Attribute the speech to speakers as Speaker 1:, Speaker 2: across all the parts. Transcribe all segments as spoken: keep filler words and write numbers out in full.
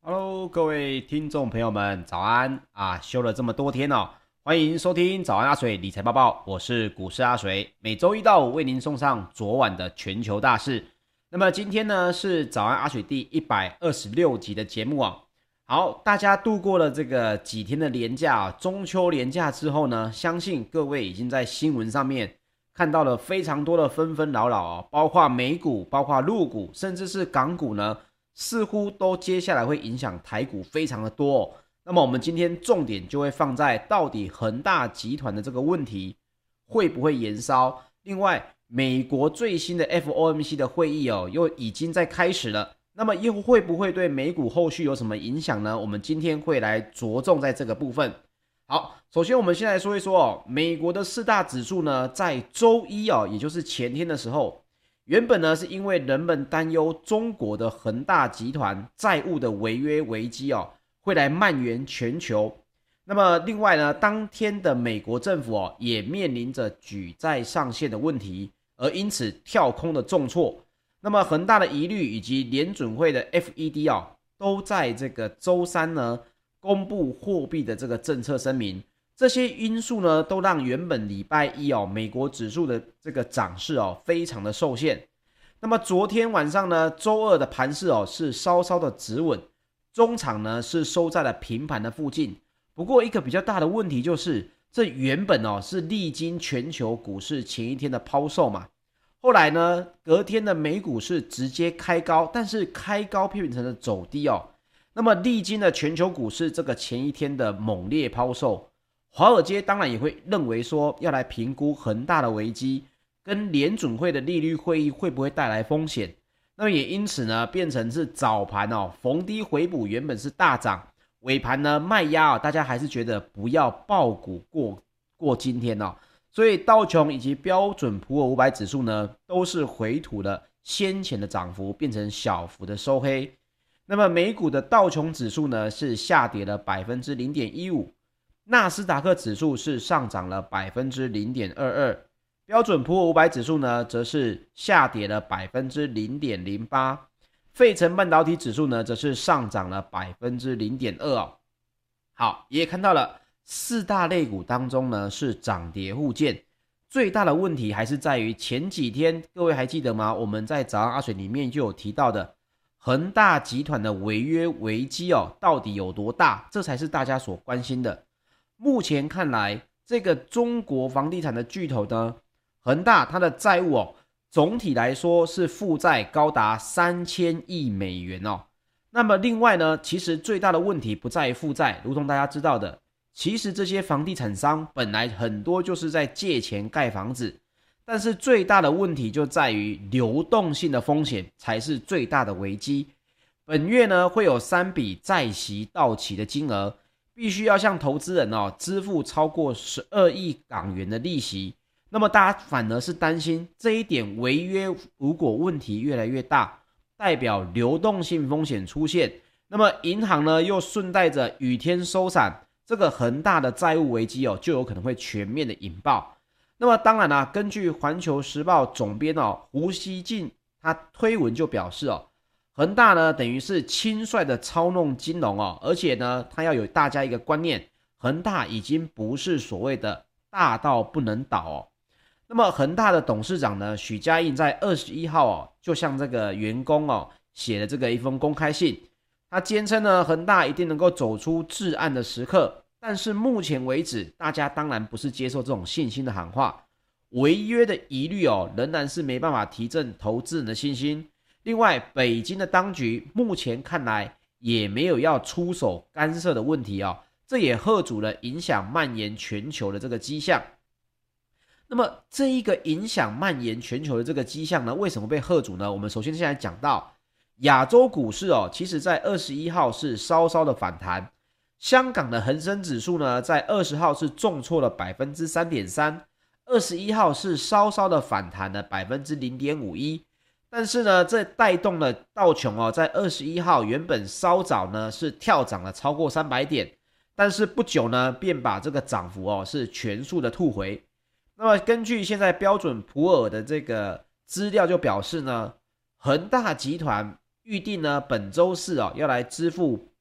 Speaker 1: Hello，各位听众朋友们，早安啊！休了这么多天哦，欢迎收听早安阿水理财报报，我是股市阿水，每周一到五为您送上昨晚的全球大事。那么今天呢是早安阿水第一百二十六集的节目啊。好，大家度过了这个几天的连假啊，中秋连假之后呢，相信各位已经在新闻上面看到了非常多的纷纷扰扰啊，包括美股、包括陆股，甚至是港股呢。似乎都接下来会影响台股非常的多哦。那么我们今天重点就会放在到底恒大集团的这个问题会不会延烧？另外，美国最新的 F O M C 的会议哦，又已经在开始了。那么又会不会对美股后续有什么影响呢？我们今天会来着重在这个部分。好，首先我们先来说一说哦，美国的四大指数呢，在周一哦，也就是前天的时候。原本呢，是因为人们担忧中国的恒大集团债务的违约危机哦，会来蔓延全球。那么另外呢，当天的美国政府哦，也面临着举债上限的问题，而因此跳空的重挫。那么恒大的疑虑以及联准会的 F E D 哦，都在这个周三呢公布货币的这个政策声明。这些因素呢，都让原本礼拜一哦，美国指数的这个涨势哦，非常的受限。那么昨天晚上呢，周二的盘势哦，是稍稍的止稳，中场呢是收在了平盘的附近。不过一个比较大的问题就是，这原本哦是历经全球股市前一天的抛售嘛，后来呢，隔天的美股是直接开高，但是开高变成了走低哦。那么历经了全球股市这个前一天的猛烈抛售。华尔街当然也会认为说，要来评估恒大的危机跟联准会的利率会议会不会带来风险。那么也因此呢，变成是早盘哦逢低回补，原本是大涨，尾盘呢卖压哦，大家还是觉得不要抱股过过今天哦。所以道琼以及标准普尔五百指数呢，都是回吐了先前的涨幅，变成小幅的收黑。那么美股的道琼指数呢，是下跌了 百分之零点一五。纳斯达克指数是上涨了 百分之零点二二， 标准普尔五百指数呢则是下跌了 百分之零点零八， 费城半导体指数呢则是上涨了 百分之零点二 哦。好，也看到了四大类股当中呢是涨跌互见，最大的问题还是在于前几天各位还记得吗？我们在早上阿水里面就有提到的恒大集团的违约危机哦，到底有多大？这才是大家所关心的。目前看来，这个中国房地产的巨头呢，恒大它的债务哦，总体来说是负债高达三千亿美元哦。那么另外呢，其实最大的问题不在于负债，如同大家知道的，其实这些房地产商本来很多就是在借钱盖房子，但是最大的问题就在于流动性的风险才是最大的危机。本月呢，会有三笔债息到期的金额。必须要向投资人哦支付超过十二亿港元的利息，那么大家反而是担心这一点违约，如果问题越来越大，代表流动性风险出现，那么银行呢又顺带着雨天收伞，这个恒大的债务危机哦就有可能会全面的引爆。那么当然啦、啊，根据环球时报总编哦胡锡进他推文就表示哦。恒大呢，等于是轻率的操弄金融哦，而且呢，他要有大家一个观念，恒大已经不是所谓的大到不能倒哦。那么恒大的董事长呢，许家印在二十一号哦，就向这个员工哦写了这个一封公开信，他坚称呢，恒大一定能够走出至暗的时刻，但是目前为止，大家当然不是接受这种信心的喊话，违约的疑虑哦，仍然是没办法提振投资人的信心。另外，北京的当局目前看来也没有要出手干涉的问题哦，这也吓阻了影响蔓延全球的这个迹象。那么这一个影响蔓延全球的这个迹象呢，为什么被吓阻呢？我们首先现在讲到亚洲股市哦，其实在二十一号是稍稍的反弹，香港的恒生指数呢，在二十号是重挫了 百分之三点三， 二十一号是稍稍的反弹了 百分之零点五一。但是呢，这带动了道琼哦，在二十一号原本稍早呢是跳涨了超过三百点，但是不久呢便把这个涨幅哦是全数的吐回。那么根据现在标准普尔的这个资料就表示呢，恒大集团预定呢本周四哦要来支付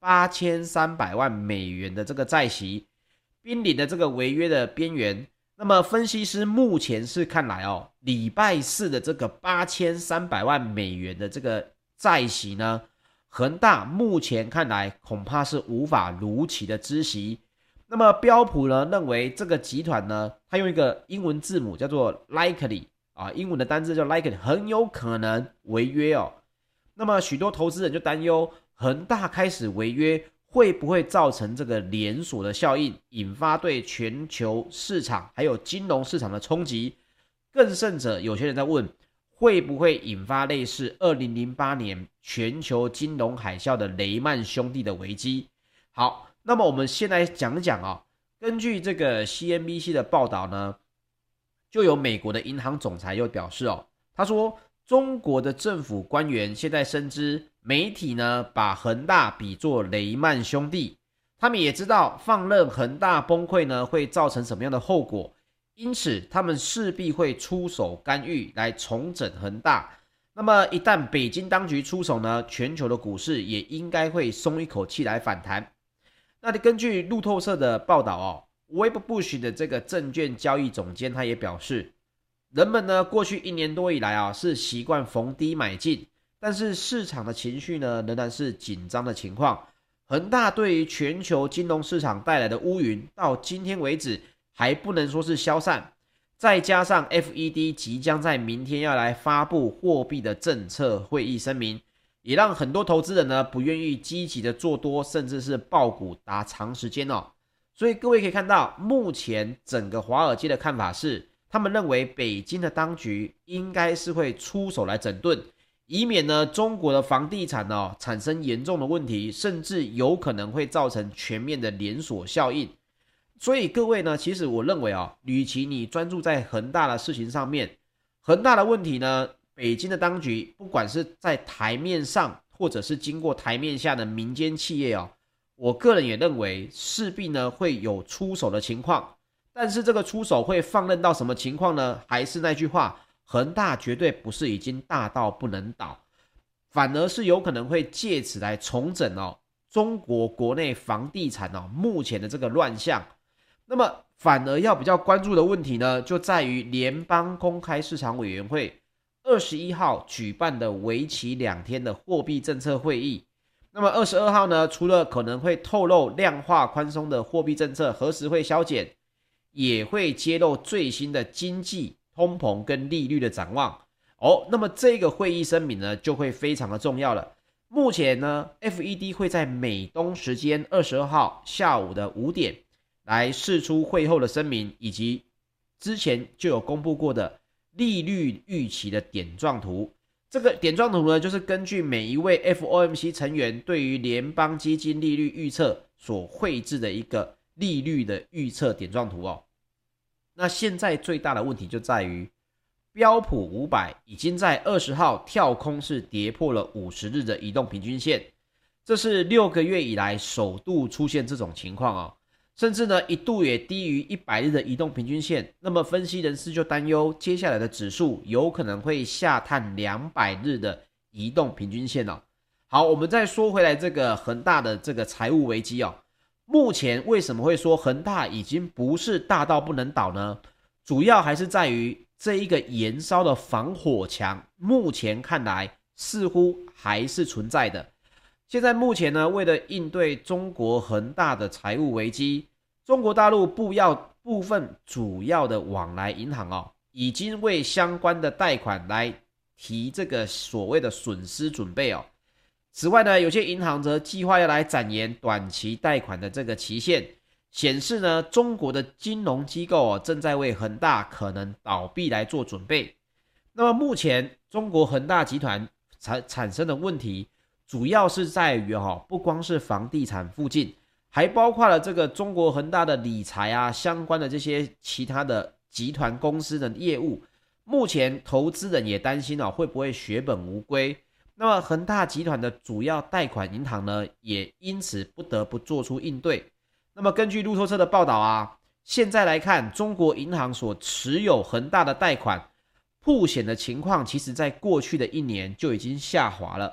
Speaker 1: 八千三百万美元的这个债息，濒临的这个违约的边缘。那么分析师目前是看来哦，礼拜四的这个八千三百万美元的这个债息呢，恒大目前看来恐怕是无法如期的支息。那么标普呢认为这个集团呢，它用一个英文字母叫做 likely 啊，英文的单字叫 likely， 很有可能违约哦。那么许多投资人就担忧，恒大开始违约会不会造成这个连锁的效应，引发对全球市场还有金融市场的冲击？更甚者，有些人在问，会不会引发类似二零零八年全球金融海啸的雷曼兄弟的危机？好，那么我们先来讲讲啊、哦，根据这个 C N B C 的报道呢，就有美国的银行总裁又表示哦，他说中国的政府官员现在深知媒体呢把恒大比作雷曼兄弟，他们也知道放任恒大崩溃呢会造成什么样的后果，因此他们势必会出手干预来重整恒大。那么一旦北京当局出手呢，全球的股市也应该会松一口气来反弹。那根据路透社的报道哦 ，Wedbush 的这个证券交易总监他也表示，人们呢过去一年多以来啊是习惯逢低买进，但是市场的情绪呢仍然是紧张的情况。恒大对于全球金融市场带来的乌云，到今天为止还不能说是消散。再加上 F E D 即将在明天要来发布货币的政策会议声明，也让很多投资人呢不愿意积极的做多，甚至是抱股达长时间哦。所以各位可以看到，目前整个华尔街的看法是，他们认为北京的当局应该是会出手来整顿，以免呢中国的房地产哦产生严重的问题，甚至有可能会造成全面的连锁效应。所以各位呢，其实我认为啊、哦，与其你专注在恒大的事情上面，恒大的问题呢，北京的当局不管是在台面上，或者是经过台面下的民间企业哦，我个人也认为势必呢会有出手的情况。但是这个出手会放任到什么情况呢？还是那句话，恒大绝对不是已经大到不能倒，反而是有可能会借此来重整哦中国国内房地产哦目前的这个乱象。那么反而要比较关注的问题呢，就在于联邦公开市场委员会二十一号举办的为期两天的货币政策会议。那么二十二号呢，除了可能会透露量化宽松的货币政策何时会削减，也会揭露最新的经济、通膨跟利率的展望。哦，那么这个会议声明呢，就会非常的重要了。目前呢 ，F E D 会在美东时间二十二号下午的五点。来释出会后的声明，以及之前就有公布过的利率预期的点状图。这个点状图呢，就是根据每一位 F O M C 成员对于联邦基金利率预测所绘制的一个利率的预测点状图哦。那现在最大的问题就在于，标普五百已经在二十号跳空是跌破了五十日的移动平均线，这是六个月以来首度出现这种情况哦。甚至呢一度也低于一百日的移动平均线，那么分析人士就担忧接下来的指数有可能会下探两百日的移动平均线哦。好，我们再说回来这个恒大的这个财务危机哦，目前为什么会说恒大已经不是大到不能倒呢？主要还是在于这一个延烧的防火墙，目前看来似乎还是存在的。现在目前呢，为了应对中国恒大的财务危机，中国大陆部要部分主要的往来银行哦，已经为相关的贷款来提这个所谓的损失准备哦。此外呢，有些银行则计划要来展延短期贷款的这个期限，显示呢，中国的金融机构哦正在为恒大可能倒闭来做准备。那么目前中国恒大集团产产生的问题，主要是在于哈，不光是房地产附近，还包括了这个中国恒大的理财啊相关的这些其他的集团公司的业务。目前投资人也担心哦，会不会血本无归？那么恒大集团的主要贷款银行呢，也因此不得不做出应对。那么根据路透社的报道啊，现在来看，中国银行所持有恒大的贷款曝险的情况，其实在过去的一年就已经下滑了。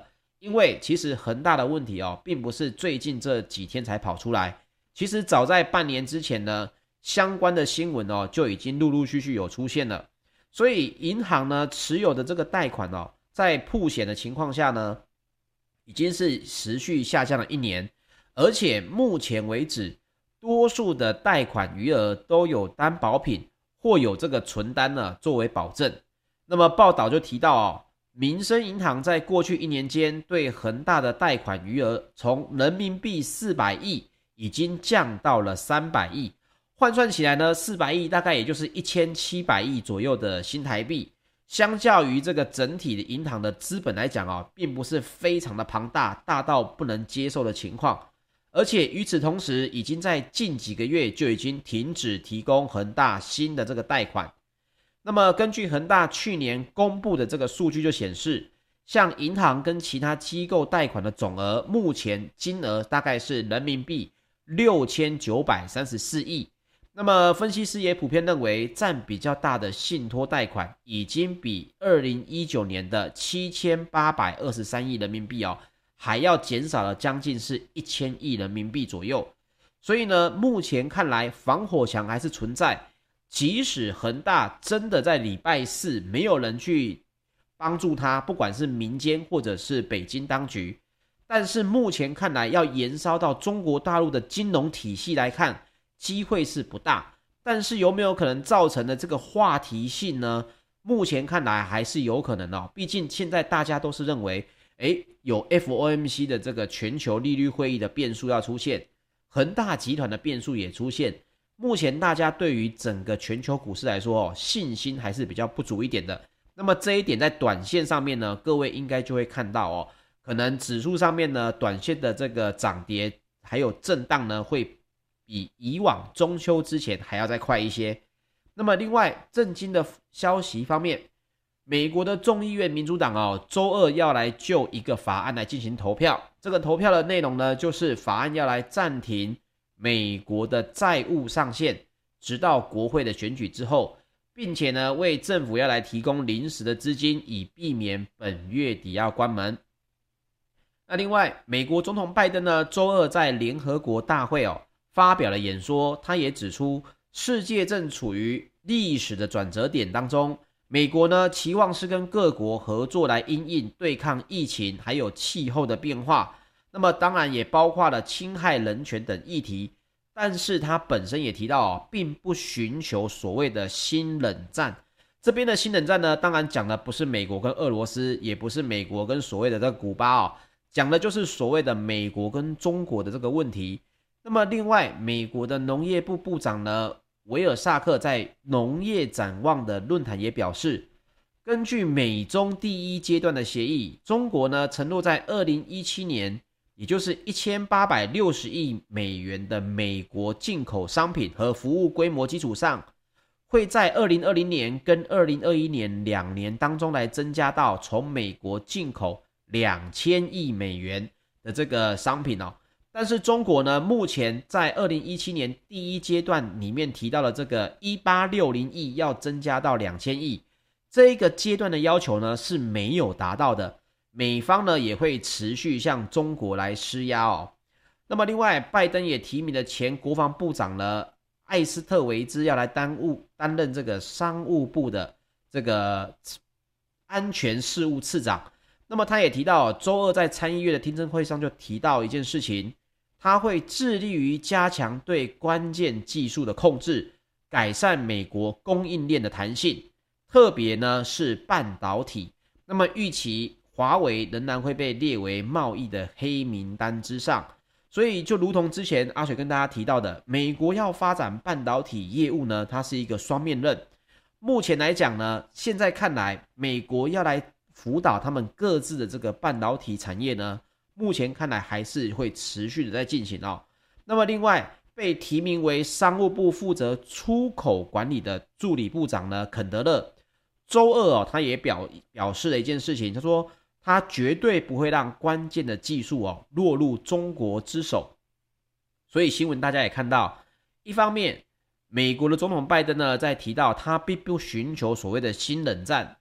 Speaker 1: 因为其实恒大的问题哦，并不是最近这几天才跑出来，其实早在半年之前呢，相关的新闻哦就已经陆陆续续有出现了。所以银行呢持有的这个贷款哦，在曝险的情况下呢，已经是持续下降了一年，而且目前为止，多数的贷款余额都有担保品或有这个存单呢作为保证。那么报道就提到哦，民生银行在过去一年间对恒大的贷款余额从人民币四百亿已经降到了三百亿，换算起来呢，四百亿大概也就是一千七百亿左右的新台币。相较于这个整体的银行的资本来讲哦，并不是非常的庞大，大到不能接受的情况。而且与此同时，已经在近几个月就已经停止提供恒大新的这个贷款。那么根据恒大去年公布的这个数据就显示，向银行跟其他机构贷款的总额，目前金额大概是人民币六千九百三十四亿。那么分析师也普遍认为，占比较大的信托贷款已经比二零一九年的七千八百二十三亿人民币哦，还要减少了将近是一千亿人民币左右。所以呢，目前看来防火墙还是存在，即使恒大真的在礼拜四没有人去帮助他，不管是民间或者是北京当局，但是目前看来要延烧到中国大陆的金融体系来看，机会是不大。但是有没有可能造成的这个话题性呢？目前看来还是有可能哦，毕竟现在大家都是认为诶，有 F O M C 的这个全球利率会议的变数要出现，恒大集团的变数也出现。目前大家对于整个全球股市来说哦，信心还是比较不足一点的。那么这一点在短线上面呢，各位应该就会看到哦，可能指数上面呢，短线的这个涨跌还有震荡呢，会比以往中秋之前还要再快一些。那么另外震惊的消息方面，美国的众议院民主党哦，周二要来就一个法案来进行投票。这个投票的内容呢，就是法案要来暂停美国的债务上限，直到国会的选举之后，并且呢，为政府要来提供临时的资金，以避免本月底要关门。那另外，美国总统拜登呢，周二在联合国大会哦发表了演说，他也指出，世界正处于历史的转折点当中。美国呢，期望是跟各国合作来因应对抗疫情，还有气候的变化。那么当然也包括了侵害人权等议题。但是他本身也提到哦，并不寻求所谓的新冷战。这边的新冷战呢，当然讲的不是美国跟俄罗斯，也不是美国跟所谓的这个古巴哦，讲的就是所谓的美国跟中国的这个问题。那么另外，美国的农业部部长呢，维尔萨克在农业展望的论坛也表示，根据美中第一阶段的协议，中国呢承诺在二零一七年，也就是一千八百六十亿美元的美国进口商品和服务规模基础上，会在二零二零年跟二零二一年两年当中来增加到从美国进口两千亿美元的这个商品哦。但是中国呢，目前在二零一七年第一阶段里面提到的这个一千八百六十亿要增加到两千亿，这一个阶段的要求呢是没有达到的。美方呢也会持续向中国来施压哦。那么另外，拜登也提名了前国防部长呢艾斯特维兹要来担务担任这个商务部的这个安全事务次长。那么他也提到，周二在参议院的听证会上就提到一件事情，他会致力于加强对关键技术的控制，改善美国供应链的弹性，特别呢是半导体。那么预期华为仍然会被列为贸易的黑名单之上。所以就如同之前阿水跟大家提到的，美国要发展半导体业务呢，它是一个双面刃。目前来讲呢，现在看来美国要来辅导他们各自的这个半导体产业呢，目前看来还是会持续的在进行哦。那么另外，被提名为商务部负责出口管理的助理部长呢，肯德勒，周二哦，他也 表, 表示了一件事情，他说他绝对不会让关键的技术哦落入中国之手。所以新闻大家也看到，一方面美国的总统拜登呢在提到他并不寻求所谓的新冷战，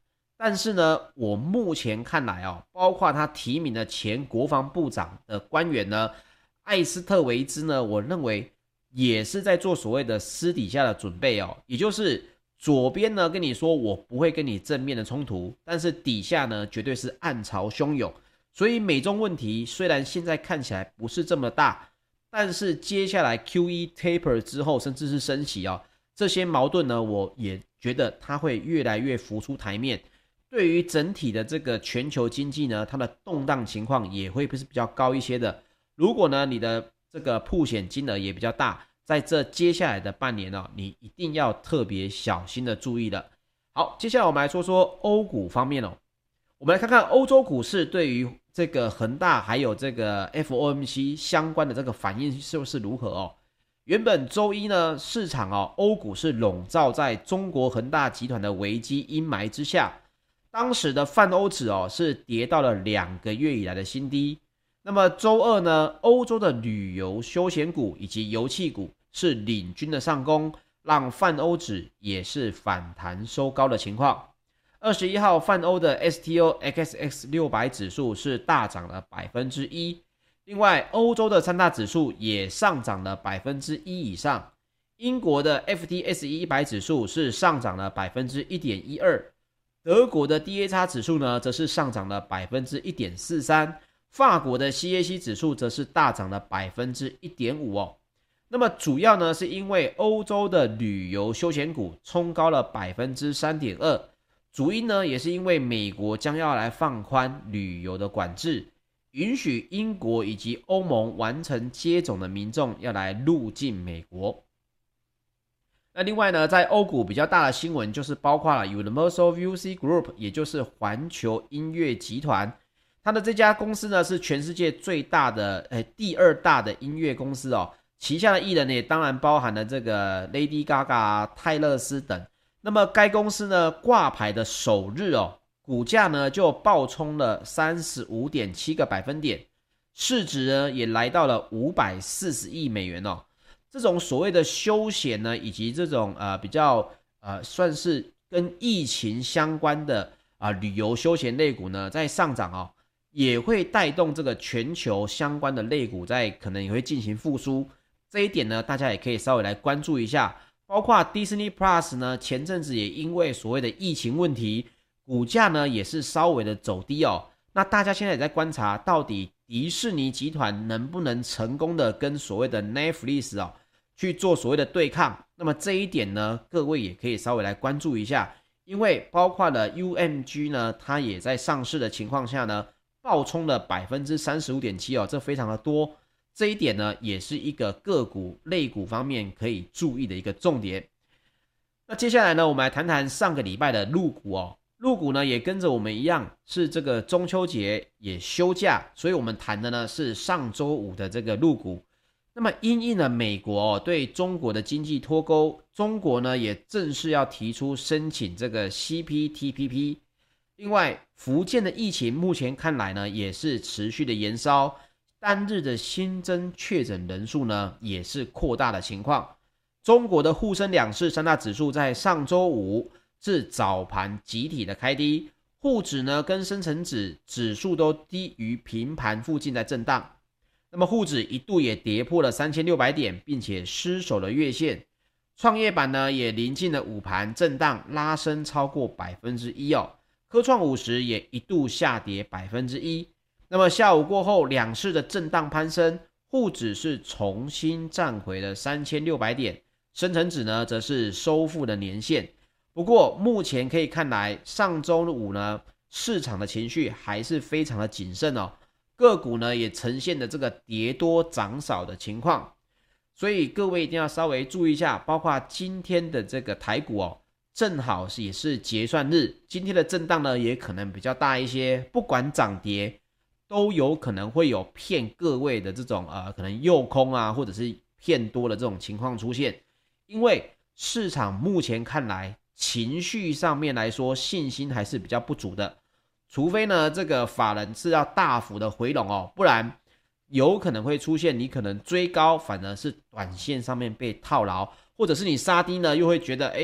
Speaker 1: 但是呢，我目前看来哦，包括他提名的前国防部长的官员呢，艾斯特维兹呢，我认为也是在做所谓的私底下的准备哦，也就是左边呢跟你说我不会跟你正面的冲突，但是底下呢绝对是暗潮汹涌。所以美中问题虽然现在看起来不是这么大，但是接下来 Q E taper 之后，甚至是升息哦，这些矛盾呢，我也觉得它会越来越浮出台面。对于整体的这个全球经济呢，它的动荡情况也会是比较高一些的。如果呢你的这个曝险金额也比较大，在这接下来的半年哦，你一定要特别小心的注意了。好，接下来我们来说说欧股方面哦。我们来看看欧洲股市对于这个恒大还有这个 F O M C 相关的这个反应是不是如何哦？原本周一呢，市场哦，欧股是笼罩在中国恒大集团的危机阴霾之下，当时的泛欧指哦是跌到了两个月以来的新低。那么周二呢，欧洲的旅游休闲股以及油气股是领军的上攻，让泛欧指也是反弹收高的情况。二十一号泛欧的 S T O X X 六百 指数是大涨了 百分之一， 另外欧洲的三大指数也上涨了 百分之一 以上。英国的 F T S E 一百 指数是上涨了 百分之一点一二， 德国的 D A X 指数呢则是上涨了 百分之一点四三， 法国的 C A C 指数则是大涨了 百分之一点五 哦。那么主要呢是因为欧洲的旅游休闲股冲高了 百分之三点二，主因呢，也是因为美国将要来放宽旅游的管制，允许英国以及欧盟完成接种的民众要来入境美国。那另外呢，在欧股比较大的新闻就是包括了 Universal Music Group， 也就是环球音乐集团，它的这家公司呢是全世界最大的、呃、第二大的音乐公司哦，旗下的艺人也当然包含了这个 Lady Gaga、泰勒斯等。那么该公司呢挂牌的首日哦，股价呢就暴冲了 三十五点七 个百分点，市值呢也来到了五百四十亿美元哦。这种所谓的休闲呢，以及这种呃比较呃算是跟疫情相关的啊、呃、旅游休闲类股呢在上涨哦，也会带动这个全球相关的类股在可能也会进行复苏。这一点呢，大家也可以稍微来关注一下。包括 Disney Plus 呢，前阵子也因为所谓的疫情问题，股价呢也是稍微的走低哦。那大家现在也在观察，到底迪士尼集团能不能成功的跟所谓的 Netflix 哦去做所谓的对抗？那么这一点呢，各位也可以稍微来关注一下，因为包括了 U M G 呢，它也在上市的情况下呢，暴冲了 百分之三十五点七 哦，这非常的多。这一点呢，也是一个个股类股方面可以注意的一个重点。那接下来呢，我们来谈谈上个礼拜的陆股哦。陆股呢也跟着我们一样，是这个中秋节也休假，所以我们谈的呢是上周五的这个陆股。那么因应了美国、哦、对中国的经济脱钩，中国呢也正式要提出申请这个 C P T P P。另外，福建的疫情目前看来呢也是持续的延烧。单日的新增确诊人数呢，也是扩大的情况。中国的沪深两市三大指数在上周五是早盘集体的开低，沪指呢跟深成指指数都低于平盘附近在震荡。那么沪指一度也跌破了三千六百点，并且失守了月线。创业板呢也临近了午盘震荡，拉升超过 百分之一 哦。科创五十也一度下跌 百分之一。那么下午过后，两市的震荡攀升，沪指是重新站回了三千六百点，深成指呢则是收复了年线。不过目前可以看来，上周五呢市场的情绪还是非常的谨慎哦，个股呢也呈现的这个跌多涨少的情况，所以各位一定要稍微注意一下，包括今天的这个台股哦，正好是也是结算日，今天的震荡呢也可能比较大一些，不管涨跌都有可能会有骗各位的这种呃可能诱空啊，或者是骗多的这种情况出现。因为市场目前看来情绪上面来说信心还是比较不足的，除非呢这个法人是要大幅的回笼哦，不然有可能会出现你可能追高反而是短线上面被套牢，或者是你杀低呢又会觉得诶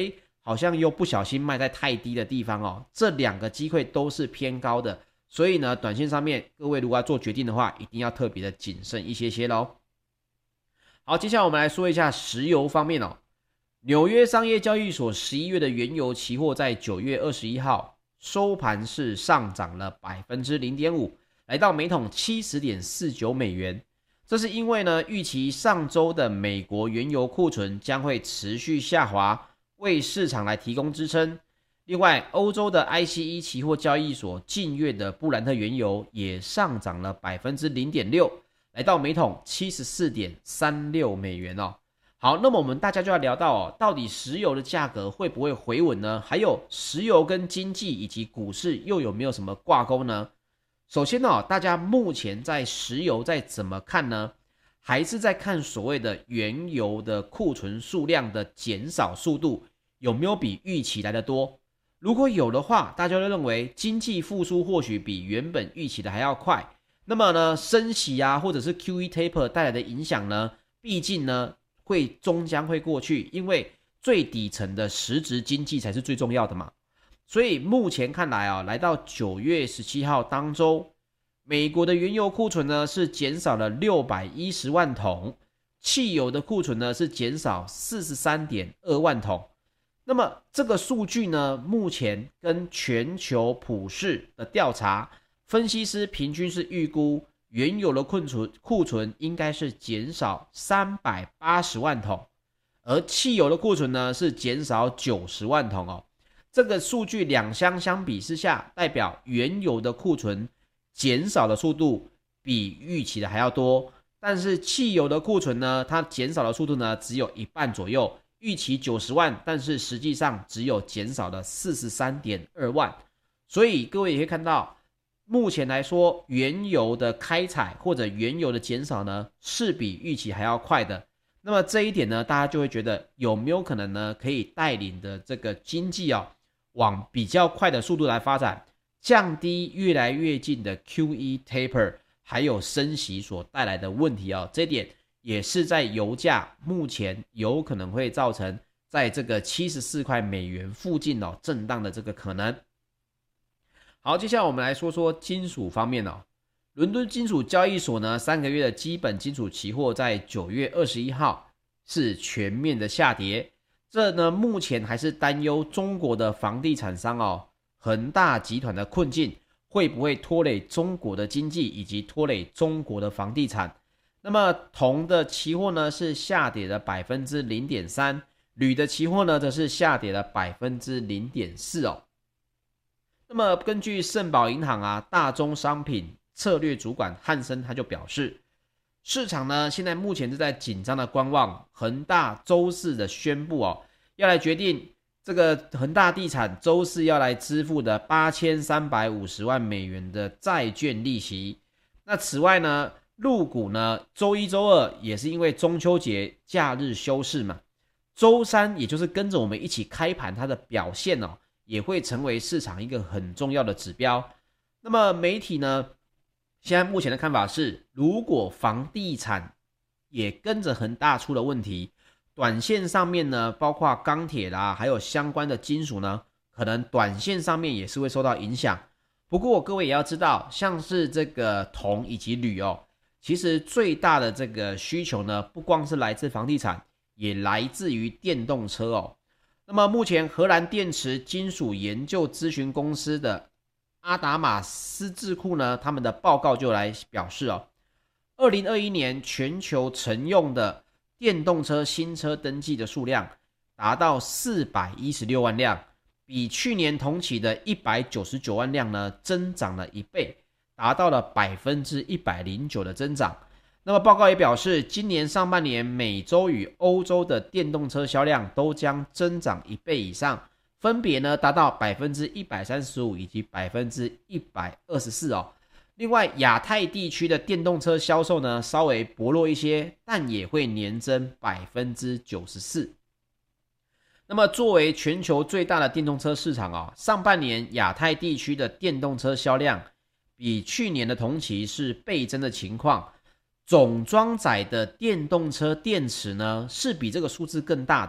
Speaker 1: 好像又不小心卖在太低的地方哦，这两个机会都是偏高的，所以呢，短线上面各位如果要做决定的话，一定要特别的谨慎一些些咯。好，接下来我们来说一下石油方面哦。纽约商业交易所十一月的原油期货在九月二十一号收盘是上涨了 百分之零点五， 来到每桶 七十点四九美元。这是因为呢，预期上周的美国原油库存将会持续下滑，为市场来提供支撑。另外，欧洲的 I C E 期货交易所近月的布兰特原油也上涨了 百分之零点六， 来到每桶 七十四点三六美元哦。好，那么我们大家就要聊到哦，到底石油的价格会不会回稳呢？还有石油跟经济以及股市又有没有什么挂钩呢？首先呢、哦，大家目前在石油在怎么看呢？还是在看所谓的原油的库存数量的减少速度有没有比预期来得多？如果有的话，大家就认为经济复苏或许比原本预期的还要快。那么呢，升息啊，或者是 Q E taper 带来的影响呢，毕竟呢会终将会过去，因为最底层的实质经济才是最重要的嘛。所以目前看来啊，来到九月十七号当周，美国的原油库存呢是减少了六百一十万桶，汽油的库存呢是减少 四十三点二万桶。那么这个数据呢，目前跟全球普世的调查分析师平均是预估原油的库存库存应该是减少三百八十万桶，而汽油的库存呢是减少九十万桶哦。这个数据两相相比之下，代表原油的库存减少的速度比预期的还要多，但是汽油的库存呢，它减少的速度呢只有一半左右，预期九十万，但是实际上只有减少了 四十三点二万。所以各位也可以看到，目前来说原油的开采或者原油的减少呢是比预期还要快的。那么这一点呢，大家就会觉得有没有可能呢可以带领的这个经济啊往比较快的速度来发展，降低越来越近的 Q E taper 还有升息所带来的问题哦。这一点也是在油价目前有可能会造成在这个七十四块美元附近哦震荡的这个可能。好，接下来我们来说说金属方面哦。伦敦金属交易所呢，三个月的基本金属期货在九月二十一号是全面的下跌。这呢，目前还是担忧中国的房地产商哦，恒大集团的困境会不会拖累中国的经济以及拖累中国的房地产。那么铜的期货呢是下跌了 百分之零点三， 铝的期货呢则是下跌了 百分之零点四 哦。那么根据盛宝银行啊大宗商品策略主管汉森他就表示，市场呢现在目前正在紧张的观望恒大周四的宣布哦，要来决定这个恒大地产周四要来支付的八千三百五十万美元的债券利息。那此外呢，陆股呢周一周二也是因为中秋节假日休市嘛，周三也就是跟着我们一起开盘，它的表现哦也会成为市场一个很重要的指标。那么媒体呢现在目前的看法是，如果房地产也跟着恒大出了问题，短线上面呢包括钢铁啦还有相关的金属呢，可能短线上面也是会受到影响。不过各位也要知道，像是这个铜以及铝哦，其实最大的这个需求呢不光是来自房地产，也来自于电动车哦。那么目前荷兰电池金属研究咨询公司的阿达马斯智库呢，他们的报告就来表示哦，二零二一年全球乘用的电动车新车登记的数量达到四百一十六万辆，比去年同期的一百九十九万辆呢增长了一倍，达到了 百分之一百零九 的增长。那么报告也表示，今年上半年美洲与欧洲的电动车销量都将增长一倍以上，分别呢达到 百分之一百三十五 以及 百分之一百二十四 哦。另外亚太地区的电动车销售呢稍微薄弱一些，但也会年增 百分之九十四。那么作为全球最大的电动车市场哦，上半年亚太地区的电动车销量比去年的同期是倍增的情况，总装载的电动车电池呢是比这个数字更大的，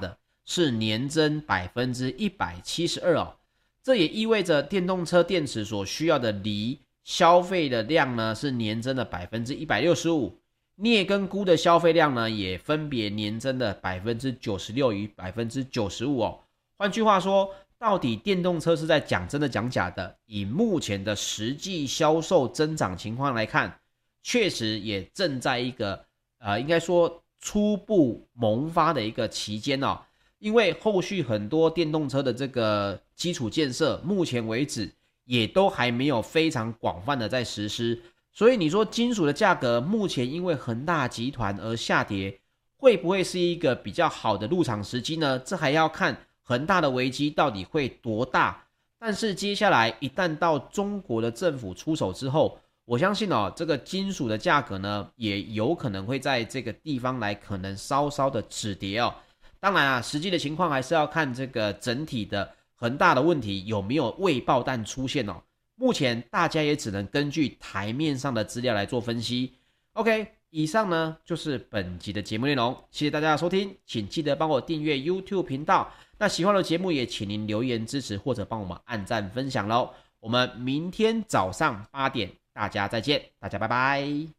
Speaker 1: 是年增 百分之一百七十二 哦，这也意味着电动车电池所需要的锂消费的量呢是年增的 百分之一百六十五，镍跟钴的消费量呢也分别年增的 百分之九十六 与 百分之九十五 哦。换句话说，到底电动车是在讲真的讲假的？以目前的实际销售增长情况来看，确实也正在一个呃，应该说初步萌发的一个期间哦。因为后续很多电动车的这个基础建设，目前为止也都还没有非常广泛的在实施，所以你说金属的价格目前因为恒大集团而下跌，会不会是一个比较好的入场时机呢？这还要看恒大的危机到底会多大。但是接下来一旦到中国的政府出手之后，我相信哦，这个金属的价格呢，也有可能会在这个地方来可能稍稍的止跌哦。当然啊，实际的情况还是要看这个整体的恒大的问题有没有未爆弹出现哦。目前大家也只能根据台面上的资料来做分析。OK， 以上呢就是本集的节目内容，谢谢大家的收听，请记得帮我订阅 YouTube 频道。那喜欢的节目也请您留言支持或者帮我们按赞分享咯。我们明天早上八点大家再见，大家拜拜。